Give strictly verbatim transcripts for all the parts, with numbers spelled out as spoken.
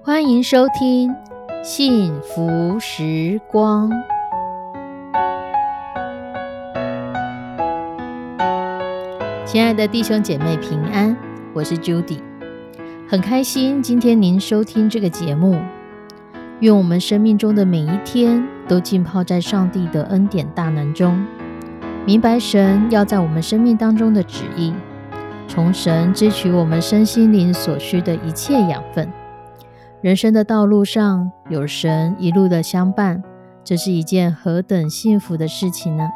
欢迎收听幸福时光。亲爱的弟兄姐妹平安，我是 Judy， 很开心今天您收听这个节目。愿我们生命中的每一天都浸泡在上帝的恩典大能中，明白神要在我们生命当中的旨意，从神支取我们身心灵所需的一切养分。人生的道路上有神一路的相伴，这是一件何等幸福的事情呢？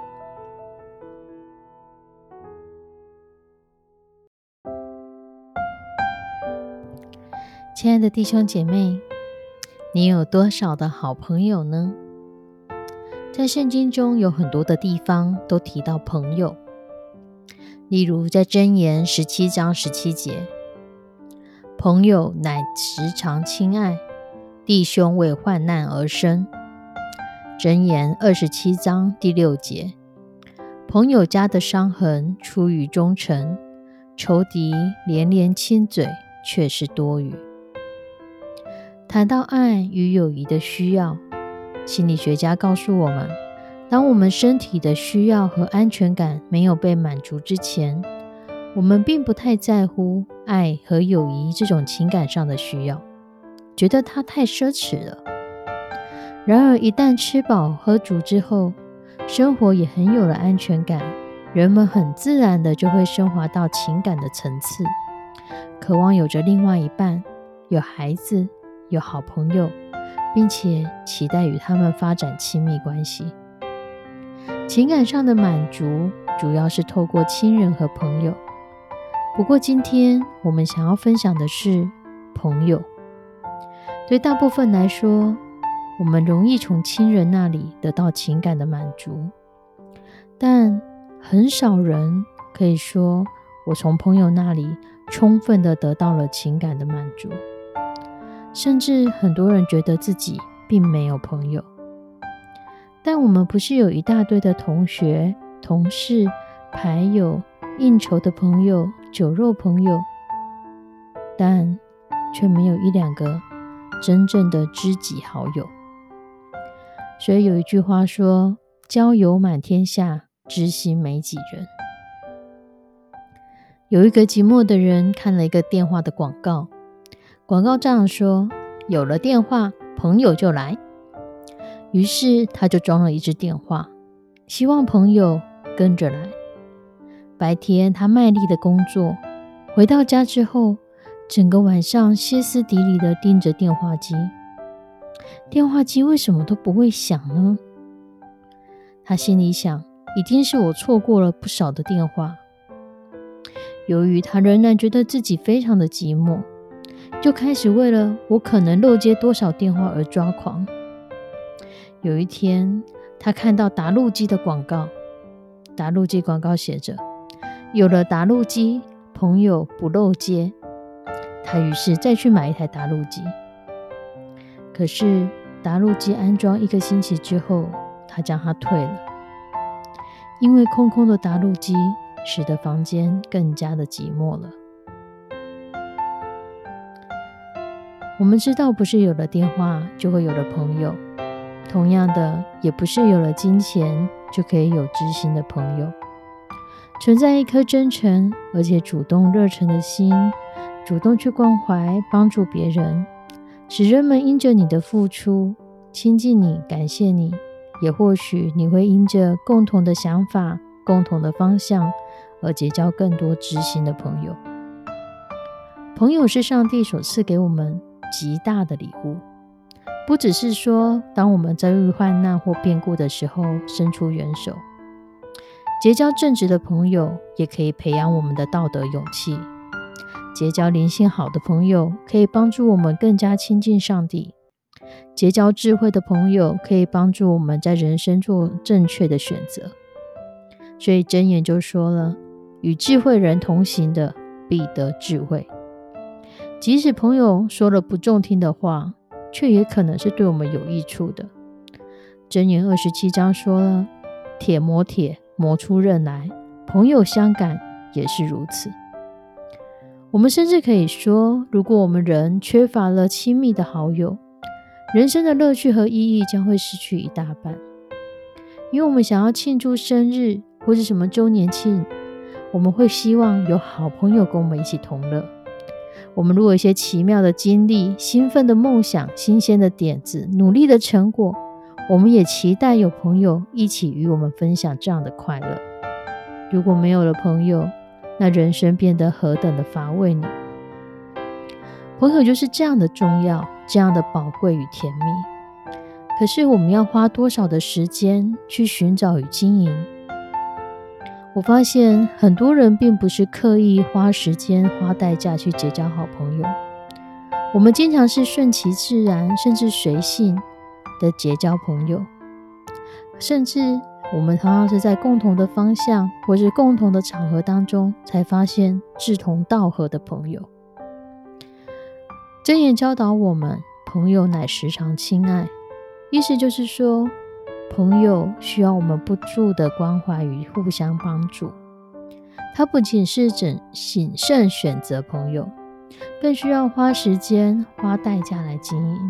亲爱的弟兄姐妹，你有多少的好朋友呢？在圣经中有很多的地方都提到朋友，例如在箴言十七章十七节，朋友乃时常亲爱，弟兄为患难而生。箴言二十七章第六节，朋友家的伤痕出于忠诚，仇敌连连亲嘴却是多余。谈到爱与友谊的需要，心理学家告诉我们，当我们身体的需要和安全感没有被满足之前，我们并不太在乎爱和友谊这种情感上的需要，觉得它太奢侈了。然而一旦吃饱喝足之后，生活也很有了安全感，人们很自然的就会升华到情感的层次，渴望有着另外一半，有孩子，有好朋友，并且期待与他们发展亲密关系。情感上的满足主要是透过亲人和朋友，不过今天我们想要分享的是朋友。对大部分来说，我们容易从亲人那里得到情感的满足，但很少人可以说我从朋友那里充分的得到了情感的满足，甚至很多人觉得自己并没有朋友。但我们不是有一大堆的同学、同事、牌友、应酬的朋友、酒肉朋友，但却没有一两个真正的知己好友。所以有一句话说，交友满天下，知心没几人。有一个寂寞的人看了一个电话的广告，广告这样说，有了电话，朋友就来。于是他就装了一支电话，希望朋友跟着来。白天他卖力的工作，回到家之后，整个晚上歇斯底里的盯着电话机。电话机为什么都不会响呢？他心里想，一定是我错过了不少的电话。由于他仍然觉得自己非常的寂寞，就开始为了我可能漏接多少电话而抓狂。有一天，他看到打录机的广告，打录机广告写着，有了打录机，朋友不漏接。他于是再去买一台打录机。可是打录机安装一个星期之后，他将它退了，因为空空的打录机使得房间更加的寂寞了。我们知道，不是有了电话就会有了朋友，同样的，也不是有了金钱就可以有知心的朋友。存在一颗真诚而且主动热忱的心，主动去关怀帮助别人，使人们因着你的付出亲近你，感谢你，也或许你会因着共同的想法、共同的方向而结交更多知心的朋友。朋友是上帝所赐给我们极大的礼物，不只是说当我们遭遇患难或变故的时候伸出援手，结交正直的朋友也可以培养我们的道德勇气。结交灵性好的朋友可以帮助我们更加亲近上帝，结交智慧的朋友可以帮助我们在人生做正确的选择。所以箴言就说了，与智慧人同行的必得智慧。即使朋友说了不中听的话，却也可能是对我们有益处的。箴言二十七章说了，铁磨铁，磨出刃来，朋友相感也是如此。 我们甚至可以说，如果我们人缺乏了亲密的好友，人生的乐趣和意义将会失去一大半。因为我们想要庆祝生日或是什么周年庆，我们会希望有好朋友跟我们一起同乐。我们如果有一些奇妙的经历、兴奋的梦想、新鲜的点子、努力的成果，我们也期待有朋友一起与我们分享这样的快乐。如果没有了朋友，那人生变得何等的乏味呢？朋友就是这样的重要，这样的宝贵与甜蜜。可是我们要花多少的时间去寻找与经营？我发现很多人并不是刻意花时间花代价去结交好朋友，我们经常是顺其自然甚至随性的结交朋友，甚至我们常常是在共同的方向或是共同的场合当中才发现志同道合的朋友。箴言教导我们，朋友乃时常亲爱，意思就是说，朋友需要我们不住的关怀与互相帮助。他不仅是谨慎选择朋友，更需要花时间花代价来经营。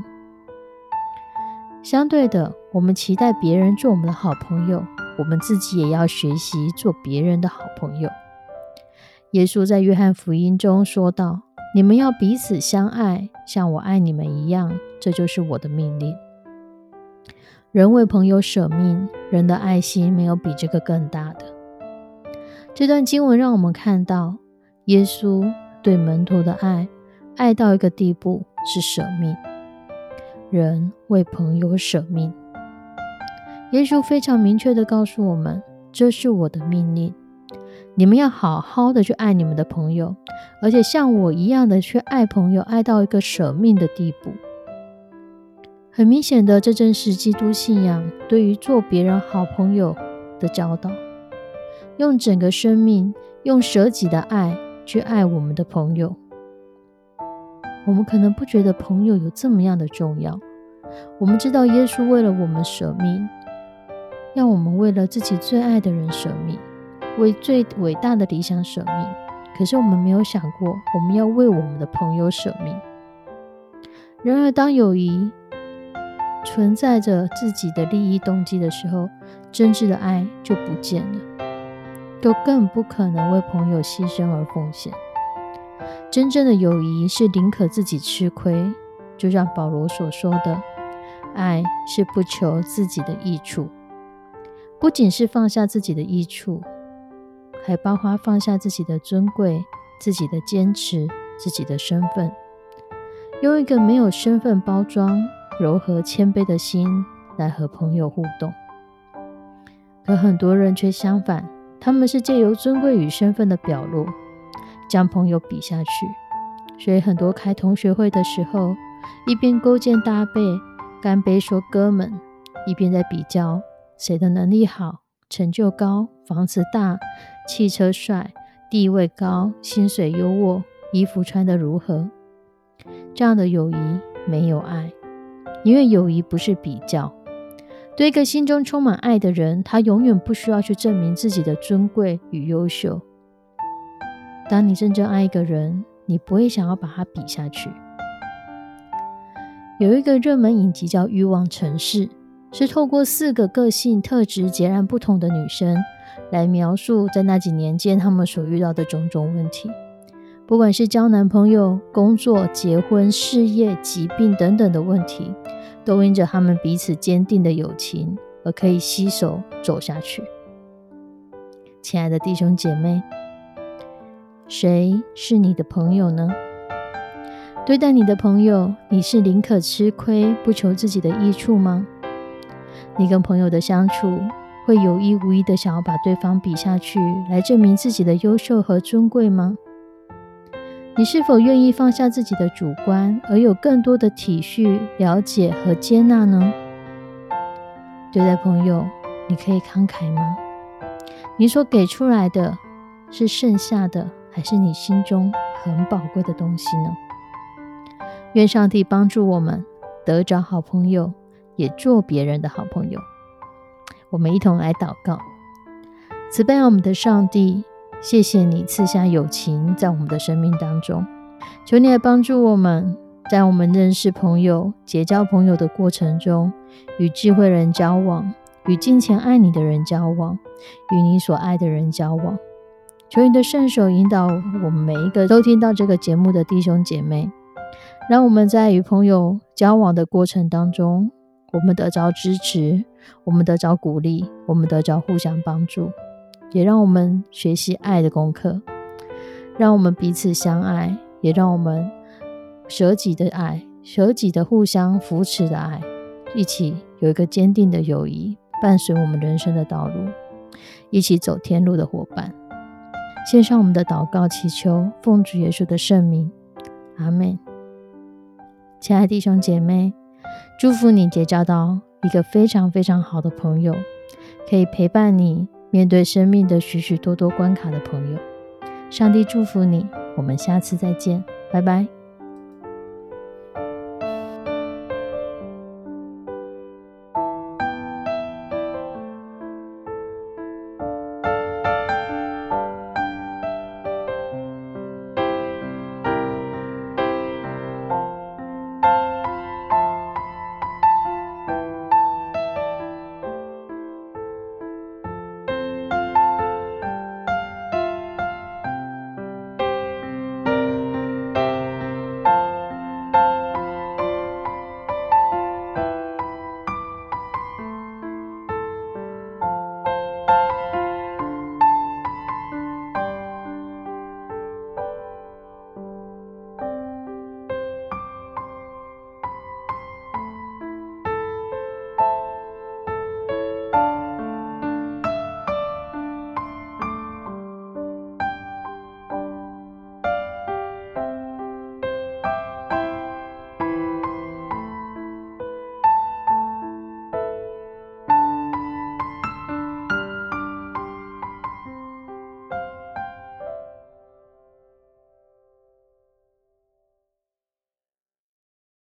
相对的，我们期待别人做我们的好朋友，我们自己也要学习做别人的好朋友。耶稣在约翰福音中说道，你们要彼此相爱，像我爱你们一样，这就是我的命令。人为朋友舍命，人的爱心没有比这个更大的。这段经文让我们看到，耶稣对门徒的爱，爱到一个地步是舍命。人为朋友舍命。耶稣非常明确地告诉我们，这是我的命令，你们要好好的去爱你们的朋友，而且像我一样的去爱朋友，爱到一个舍命的地步。很明显的，这正是基督信仰对于做别人好朋友的教导，用整个生命，用舍己的爱去爱我们的朋友。我们可能不觉得朋友有这么样的重要，我们知道耶稣为了我们舍命，要我们为了自己最爱的人舍命，为最伟大的理想舍命。可是我们没有想过，我们要为我们的朋友舍命。然而当友谊存在着自己的利益动机的时候，真挚的爱就不见了，都更不可能为朋友牺牲而奉献。真正的友谊是宁可自己吃亏，就像保罗所说的，爱是不求自己的益处。不仅是放下自己的益处，还包括放下自己的尊贵、自己的坚持、自己的身份，用一个没有身份包装、柔和谦卑的心来和朋友互动。可很多人却相反，他们是借由尊贵与身份的表露，将朋友比下去。所以很多开同学会的时候，一边勾肩搭背干杯说哥们，一边在比较谁的能力好、成就高、房子大、汽车帅、地位高、薪水优渥、衣服穿得如何。这样的友谊没有爱，因为友谊不是比较。对一个心中充满爱的人，他永远不需要去证明自己的尊贵与优秀。当你真正爱一个人，你不会想要把他比下去。有一个热门影集叫《欲望城市》，是透过四个个性特质截然不同的女生来描述在那几年间她们所遇到的种种问题，不管是交男朋友、工作、结婚、事业、疾病等等的问题，都因着她们彼此坚定的友情而可以携手走下去。亲爱的弟兄姐妹，谁是你的朋友呢？对待你的朋友，你是宁可吃亏不求自己的益处吗？你跟朋友的相处，会有意无意的想要把对方比下去，来证明自己的优秀和尊贵吗？你是否愿意放下自己的主观，而有更多的体恤、了解和接纳呢？对待朋友，你可以慷慨吗？你所给出来的是剩下的，还是你心中很宝贵的东西呢？愿上帝帮助我们得着好朋友，也做别人的好朋友。我们一同来祷告。慈悲我们的上帝， 谢谢你赐下友情在我们的生命当中，求你来帮助我们，在我们认识朋友、结交朋友的过程中，与智慧人交往，与敬虔爱你的人交往，与你所爱的人交往。求你的圣手引导我们每一个都听到这个节目的弟兄姐妹，让我们在与朋友交往的过程当中，我们得着支持，我们得着鼓励，我们得着互相帮助，也让我们学习爱的功课，让我们彼此相爱，也让我们舍己的爱，舍己的互相扶持的爱，一起有一个坚定的友谊，伴随我们人生的道路，一起走天路的伙伴。献上我们的祷告祈求，奉主耶稣的圣名，阿们。亲爱的弟兄姐妹，祝福你结交到一个非常非常好的朋友，可以陪伴你面对生命的许许多多关卡的朋友。上帝祝福你，我们下次再见，拜拜。